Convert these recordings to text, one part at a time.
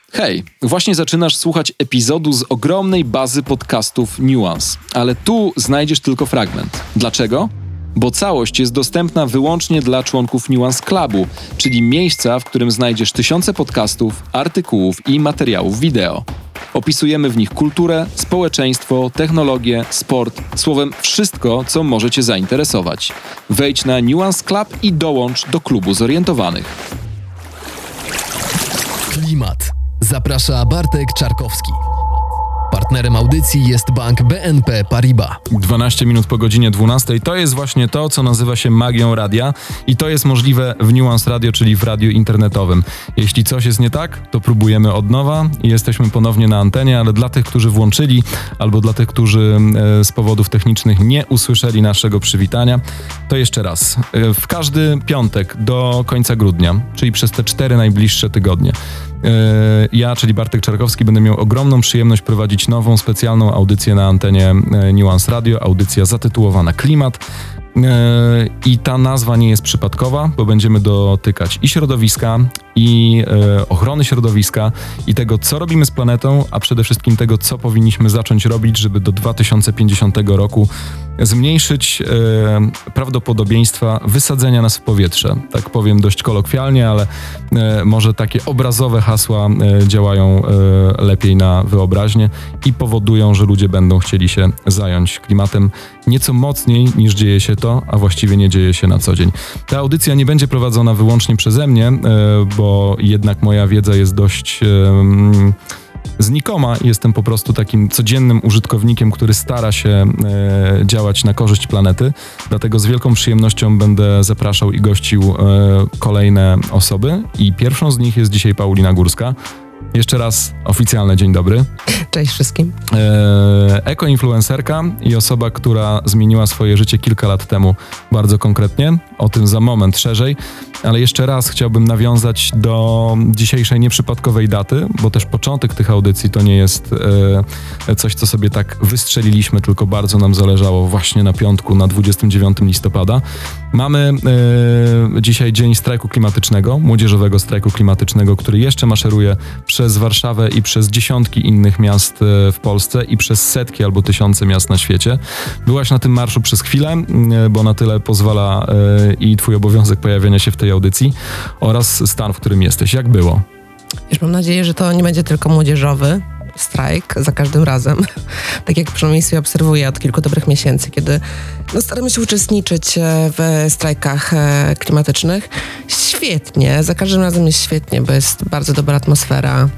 Hej, właśnie zaczynasz słuchać epizodu z ogromnej bazy podcastów Nuance, ale tu znajdziesz tylko fragment. Dlaczego? Bo całość jest dostępna wyłącznie dla członków Nuance Clubu, czyli miejsca, w którym znajdziesz tysiące podcastów, artykułów i materiałów wideo. Opisujemy w nich kulturę, społeczeństwo, technologię, sport, słowem wszystko, co może Cię zainteresować. Wejdź na Nuance Club i dołącz do klubu zorientowanych. Klimat. Zaprasza Bartek Czarkowski. Partnerem audycji jest bank BNP Paribas. 12 minut po godzinie 12. To jest właśnie to, co nazywa się magią radia i to jest możliwe w Nuance Radio, czyli w radiu internetowym. Jeśli coś jest nie tak, to próbujemy od nowa i jesteśmy ponownie na antenie, ale dla tych, którzy włączyli albo dla tych, którzy z powodów technicznych nie usłyszeli naszego przywitania, to jeszcze raz. W każdy piątek do końca grudnia, czyli przez te 4 najbliższe tygodnie, ja, czyli Bartek Czarkowski, będę miał ogromną przyjemność prowadzić nową, specjalną audycję na antenie Nuance Radio, audycja zatytułowana Klimat. I ta nazwa nie jest przypadkowa, bo będziemy dotykać i środowiska, i ochrony środowiska, i tego, co robimy z planetą, a przede wszystkim tego, co powinniśmy zacząć robić, żeby do 2050 roku zmniejszyć prawdopodobieństwa wysadzenia nas w powietrze. Tak powiem dość kolokwialnie, ale może takie obrazowe hasła działają lepiej na wyobraźnię i powodują, że ludzie będą chcieli się zająć klimatem nieco mocniej niż dzieje się to, a właściwie nie dzieje się na co dzień. Ta audycja nie będzie prowadzona wyłącznie przeze mnie, bo jednak moja wiedza jest dość znikoma. Jestem po prostu takim codziennym użytkownikiem, który stara się działać na korzyść planety. Dlatego z wielką przyjemnością będę zapraszał i gościł kolejne osoby. I pierwszą z nich jest dzisiaj Paulina Górska. Jeszcze raz oficjalne dzień dobry. Cześć wszystkim. Ekoinfluencerka i osoba, która zmieniła swoje życie kilka lat temu bardzo konkretnie. O tym za moment szerzej. Ale jeszcze raz chciałbym nawiązać do dzisiejszej nieprzypadkowej daty, bo też początek tych audycji to nie jest coś, co sobie tak wystrzeliliśmy, tylko bardzo nam zależało właśnie na piątku, na 29 listopada. Mamy dzisiaj dzień strajku klimatycznego, młodzieżowego strajku klimatycznego, który jeszcze maszeruje przez Warszawę i przez dziesiątki innych miast w Polsce i przez setki albo tysiące miast na świecie. Byłaś na tym marszu przez chwilę, bo na tyle pozwala i twój obowiązek pojawienia się w tej audycji oraz stan, w którym jesteś. Jak było? Wiesz, mam nadzieję, że to nie będzie tylko młodzieżowy strajk za każdym razem. Tak jak przynajmniej sobie obserwuję od kilku dobrych miesięcy, kiedy staramy się uczestniczyć w strajkach klimatycznych. Świetnie, za każdym razem jest świetnie, bo jest bardzo dobra atmosfera.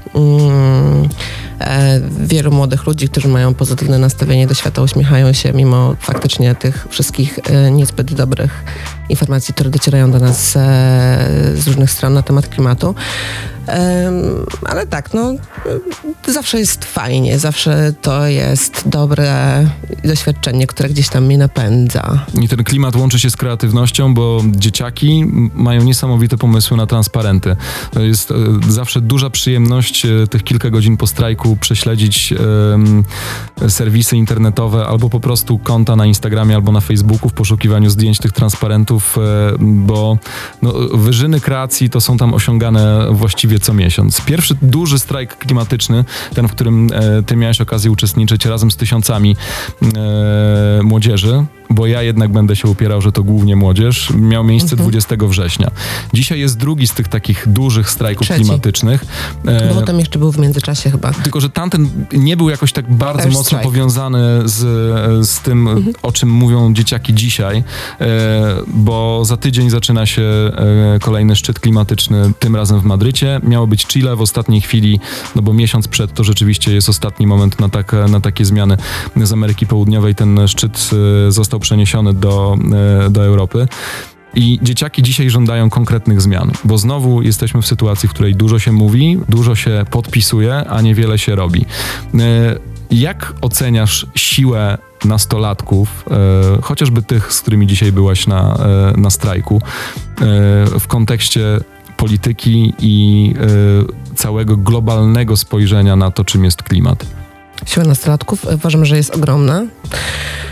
Wielu młodych ludzi, którzy mają pozytywne nastawienie do świata, uśmiechają się mimo faktycznie tych wszystkich niezbyt dobrych informacji, które docierają do nas z różnych stron na temat klimatu. Ale tak, zawsze jest fajnie, zawsze to jest dobre doświadczenie, które gdzieś tam mnie napędza. I ten klimat łączy się z kreatywnością, bo dzieciaki mają niesamowite pomysły na transparenty. To jest zawsze duża przyjemność tych kilka godzin po strajku prześledzić serwisy internetowe albo po prostu konta na Instagramie albo na Facebooku w poszukiwaniu zdjęć tych transparentów, bo wyżyny kreacji to są tam osiągane właściwie co miesiąc. Pierwszy duży strajk klimatyczny, ten, w którym ty miałeś okazję uczestniczyć razem z tysiącami młodzieży, bo ja jednak będę się upierał, że to głównie młodzież, miał miejsce 20 września. Dzisiaj jest drugi z tych takich dużych strajków klimatycznych. Bo tam jeszcze był w międzyczasie chyba. Tylko, że tamten nie był jakoś tak bardzo mocno strajk powiązany z tym, o czym mówią dzieciaki dzisiaj, bo za tydzień zaczyna się kolejny szczyt klimatyczny, tym razem w Madrycie. Miało być Chile w ostatniej chwili, bo miesiąc przed to rzeczywiście jest ostatni moment na takie zmiany z Ameryki Południowej. Ten szczyt został przeniesiony do Europy. I dzieciaki dzisiaj żądają konkretnych zmian, bo znowu jesteśmy w sytuacji, w której dużo się mówi, dużo się podpisuje, a niewiele się robi. Jak oceniasz siłę nastolatków, chociażby tych, z którymi dzisiaj byłaś na strajku, w kontekście polityki i całego globalnego spojrzenia na to, czym jest klimat? Siła nastolatków uważam, że jest ogromna.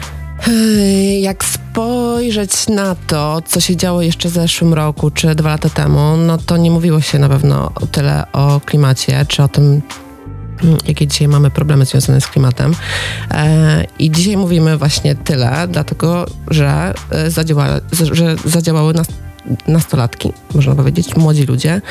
Jak spojrzeć na to, co się działo jeszcze w zeszłym roku, czy 2 lata temu, no to nie mówiło się na pewno tyle o klimacie, czy o tym, jakie dzisiaj mamy problemy związane z klimatem. I dzisiaj mówimy właśnie tyle, dlatego, że zadziałały nastolatki, można powiedzieć, młodzi ludzie.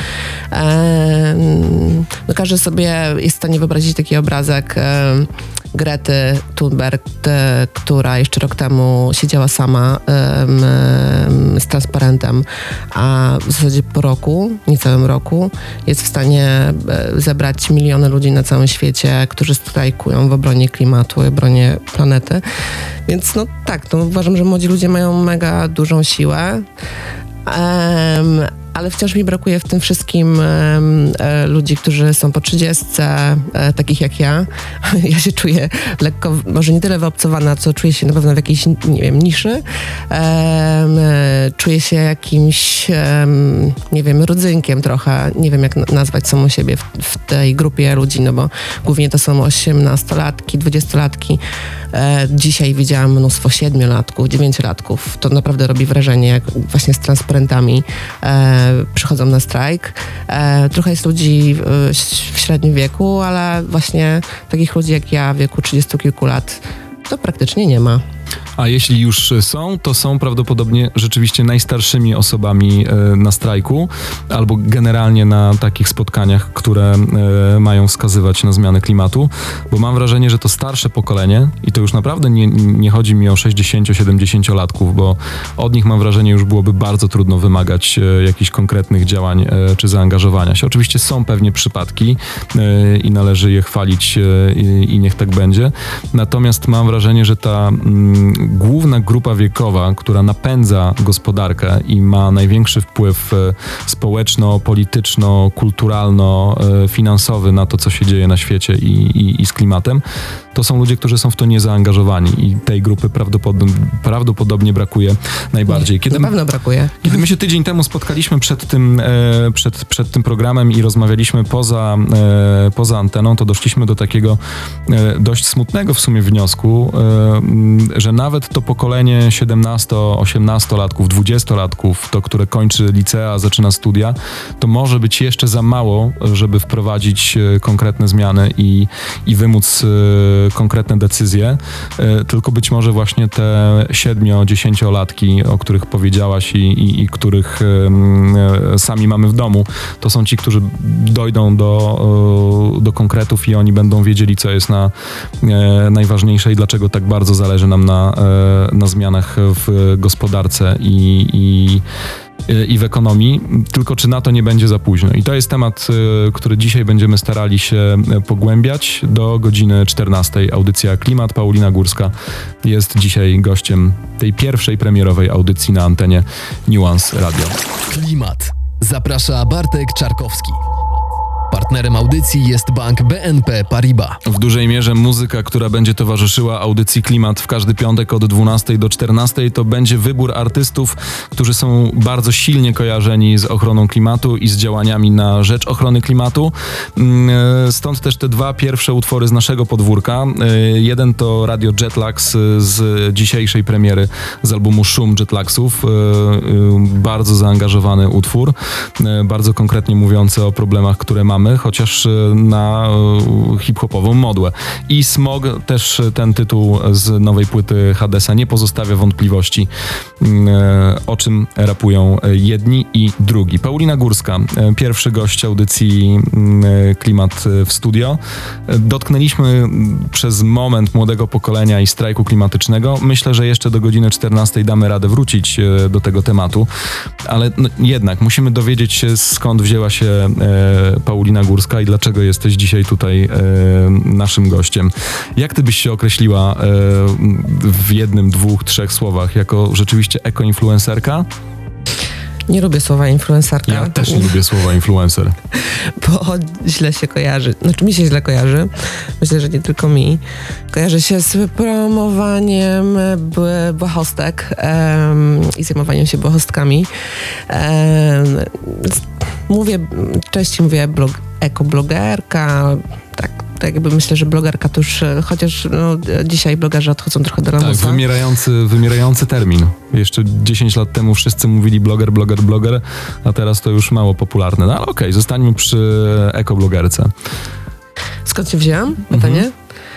No każdy sobie jest w stanie wyobrazić taki obrazek Grety Thunberg, która jeszcze rok temu siedziała sama z transparentem, a w zasadzie po roku, niecałym roku, jest w stanie zebrać miliony ludzi na całym świecie, którzy strajkują w obronie klimatu, w obronie planety. Więc no tak, no uważam, że młodzi ludzie mają mega dużą siłę. Ale wciąż mi brakuje w tym wszystkim ludzi, którzy są po 30, takich jak ja. Ja się czuję lekko, może nie tyle wyobcowana, co czuję się na pewno w jakiejś, nie wiem, niszy. Czuję się jakimś, nie wiem, rodzynkiem trochę. Nie wiem, jak nazwać samą siebie w tej grupie ludzi, no bo głównie to są 18-latki, 20-latki. Dzisiaj widziałam mnóstwo 7-latków, 9-latków. To naprawdę robi wrażenie, jak właśnie z transparentami przychodzą na strajk. Trochę jest ludzi w średnim wieku, ale właśnie takich ludzi jak ja w wieku 30 kilku lat to praktycznie nie ma. A jeśli już są, to są prawdopodobnie rzeczywiście najstarszymi osobami na strajku albo generalnie na takich spotkaniach, które mają wskazywać na zmianę klimatu, bo mam wrażenie, że to starsze pokolenie i to już naprawdę nie chodzi mi o 60-70-latków, bo od nich mam wrażenie już byłoby bardzo trudno wymagać jakichś konkretnych działań czy zaangażowania się. Oczywiście są pewnie przypadki i należy je chwalić i niech tak będzie. Natomiast mam wrażenie, że ta główna grupa wiekowa, która napędza gospodarkę i ma największy wpływ społeczno, polityczno, finansowy na to, co się dzieje na świecie i z klimatem, to są ludzie, którzy są w to niezaangażowani i tej grupy prawdopodobnie brakuje najbardziej. Na pewno brakuje. Kiedy my się tydzień temu spotkaliśmy przed tym programem i rozmawialiśmy poza anteną, to doszliśmy do takiego dość smutnego w sumie wniosku, że nawet to pokolenie 17-18-latków, 20-latków, to które kończy licea, zaczyna studia, to może być jeszcze za mało, żeby wprowadzić konkretne zmiany i wymóc konkretne decyzje, tylko być może właśnie te 7-10-latki, o których powiedziałaś i których sami mamy w domu, to są ci, którzy dojdą do konkretów i oni będą wiedzieli, co jest najważniejsze i dlaczego tak bardzo zależy nam na zmianach w gospodarce i w ekonomii, tylko czy na to nie będzie za późno. I to jest temat, który dzisiaj będziemy starali się pogłębiać do godziny 14. Audycja Klimat. Paulina Górska jest dzisiaj gościem tej pierwszej premierowej audycji na antenie Nuance Radio. Klimat. Zaprasza Bartek Czarkowski. Partnerem audycji jest bank BNP Paribas. W dużej mierze muzyka, która będzie towarzyszyła audycji Klimat w każdy piątek od 12 do 14, to będzie wybór artystów, którzy są bardzo silnie kojarzeni z ochroną klimatu i z działaniami na rzecz ochrony klimatu. Stąd też te 2 pierwsze utwory z naszego podwórka. Jeden to Radio Jetlags z dzisiejszej premiery z albumu Szum Jetlagsów. Bardzo zaangażowany utwór, bardzo konkretnie mówiący o problemach, które mamy, chociaż na hip-hopową modłę. I Smog, też ten tytuł z nowej płyty Hadesa, nie pozostawia wątpliwości, o czym rapują jedni i drugi. Paulina Górska, pierwszy gość audycji Klimat w studio. Dotknęliśmy przez moment młodego pokolenia i strajku klimatycznego. Myślę, że jeszcze do godziny 14 damy radę wrócić do tego tematu, ale jednak musimy dowiedzieć się, skąd wzięła się Paulina Górska i dlaczego jesteś dzisiaj tutaj naszym gościem. Jak ty byś się określiła w 1, 2, 3 słowach jako rzeczywiście eko-influencerka? Nie lubię słowa influencerka. Ja też nie lubię słowa influencer. Bo źle się kojarzy. Znaczy mi się źle kojarzy. Myślę, że nie tylko mi. Kojarzy się z promowaniem błahostek i zajmowaniem się błahostkami. Częściej mówię ekoblogerka, tak tak jakby myślę, że blogerka to już, chociaż dzisiaj blogerzy odchodzą trochę do lamusa. Tak, wymierający termin. Jeszcze 10 lat temu wszyscy mówili bloger, a teraz to już mało popularne. No ale okej, zostańmy przy ekoblogerce. Skąd się wzięłam? Pytanie?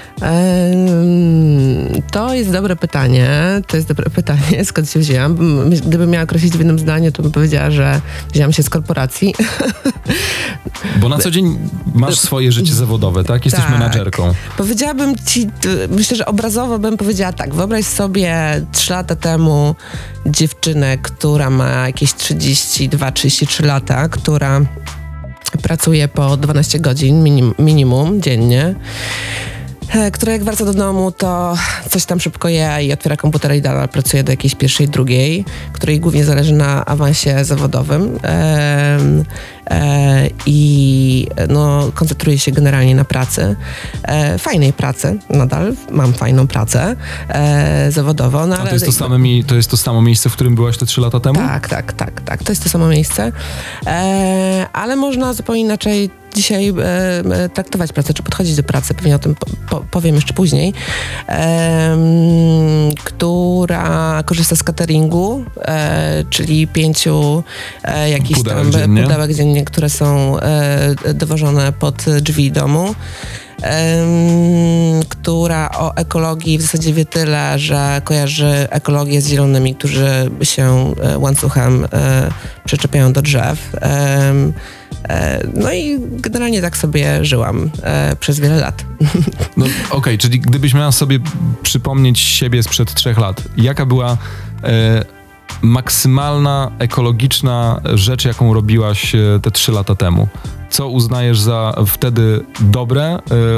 To jest dobre pytanie. Skąd się wzięłam? Gdybym miała określić w jednym zdaniu, to bym powiedziała, że wzięłam się z korporacji. Bo na co dzień masz swoje życie zawodowe, tak? Jesteś menadżerką. Powiedziałabym ci, myślę, że obrazowo bym powiedziała tak. Wyobraź sobie 3 lata temu dziewczynę, która ma jakieś 32-33 lata, która pracuje po 12 godzin minimum dziennie, która jak wraca do domu, to coś tam szybko je i otwiera komputer i dalej pracuje do jakiejś 1., 2, której głównie zależy na awansie zawodowym i koncentruje się generalnie na pracy, fajnej pracy, nadal mam fajną pracę zawodową. No, ale to jest to samo miejsce, w którym byłaś te 3 lata temu? Tak, to jest to samo miejsce, ale można zupełnie inaczej dzisiaj traktować pracę, czy podchodzić do pracy, pewnie o tym powiem jeszcze później, która korzysta z cateringu, czyli 5 jakichś pudełek dziennie, które są dowożone pod drzwi domu. Która o ekologii w zasadzie wie tyle, że kojarzy ekologię z zielonymi, którzy się łańcuchem przyczepiają do drzew. No i generalnie tak sobie żyłam przez wiele lat. No okej, czyli gdybyś miała sobie przypomnieć siebie sprzed 3 lat, jaka była maksymalna ekologiczna rzecz, jaką robiłaś te 3 lata temu? Co uznajesz za wtedy dobre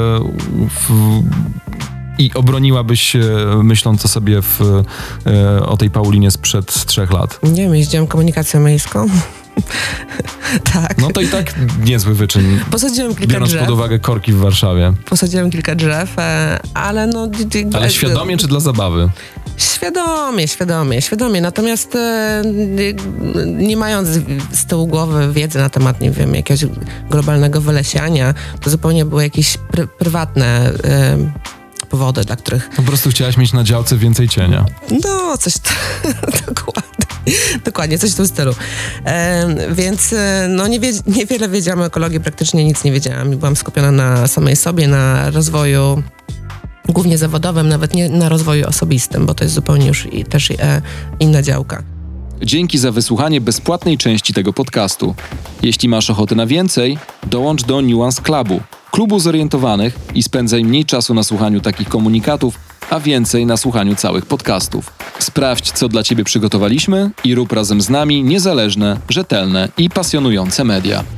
i obroniłabyś, myśląc o sobie o tej Paulinie sprzed 3 lat? Nie wiem, jeździłam komunikacją miejską. Tak. No to i tak niezły wyczyn. Posadziłem kilka biorąc drzew. pod uwagę korki w Warszawie. Posadziłem kilka drzew, ale no... Ale świadomie czy dla zabawy? Świadomie. Natomiast nie mając z tyłu głowy wiedzy na temat, nie wiem, jakiegoś globalnego wylesiania, to zupełnie były jakieś prywatne powody, dla których... Po prostu chciałaś mieć na działce więcej cienia. No, coś Dokładnie, coś w tym stylu. Więc niewiele wiedziałam o ekologii, praktycznie nic nie wiedziałam. Byłam skupiona na samej sobie, na rozwoju głównie zawodowym, nawet nie na rozwoju osobistym, bo to jest zupełnie już też inna działka. Dzięki za wysłuchanie bezpłatnej części tego podcastu. Jeśli masz ochotę na więcej, dołącz do Nuance Clubu, klubu zorientowanych i spędzaj mniej czasu na słuchaniu takich komunikatów, a więcej na słuchaniu całych podcastów. Sprawdź, co dla Ciebie przygotowaliśmy i rób razem z nami niezależne, rzetelne i pasjonujące media.